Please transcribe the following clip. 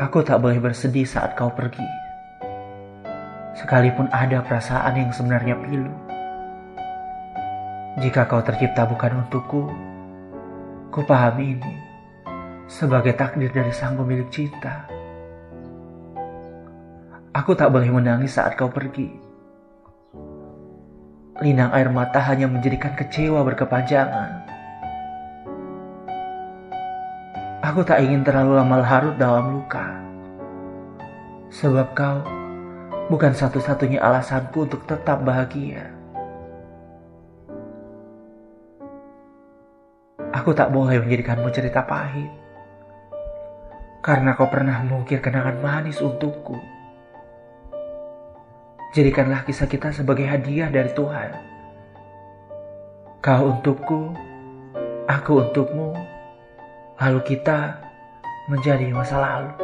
Aku tak boleh bersedih saat kau pergi. Sekalipun ada perasaan yang sebenarnya pilu. Jika kau tercipta bukan untukku, ku pahami ini sebagai takdir dari sang pemilik cinta. Aku tak boleh menangis saat kau pergi. Linang air mata hanya menjadikan kecewa berkepanjangan. Aku tak ingin terlalu lama larut dalam luka. Sebab kau bukan satu-satunya alasanku untuk tetap bahagia. Aku tak boleh menjadikanmu cerita pahit. Karena kau pernah mengukir kenangan manis untukku. Jadikanlah kisah kita sebagai hadiah dari Tuhan. Kau untukku, aku untukmu, lalu kita menjadi masa lalu.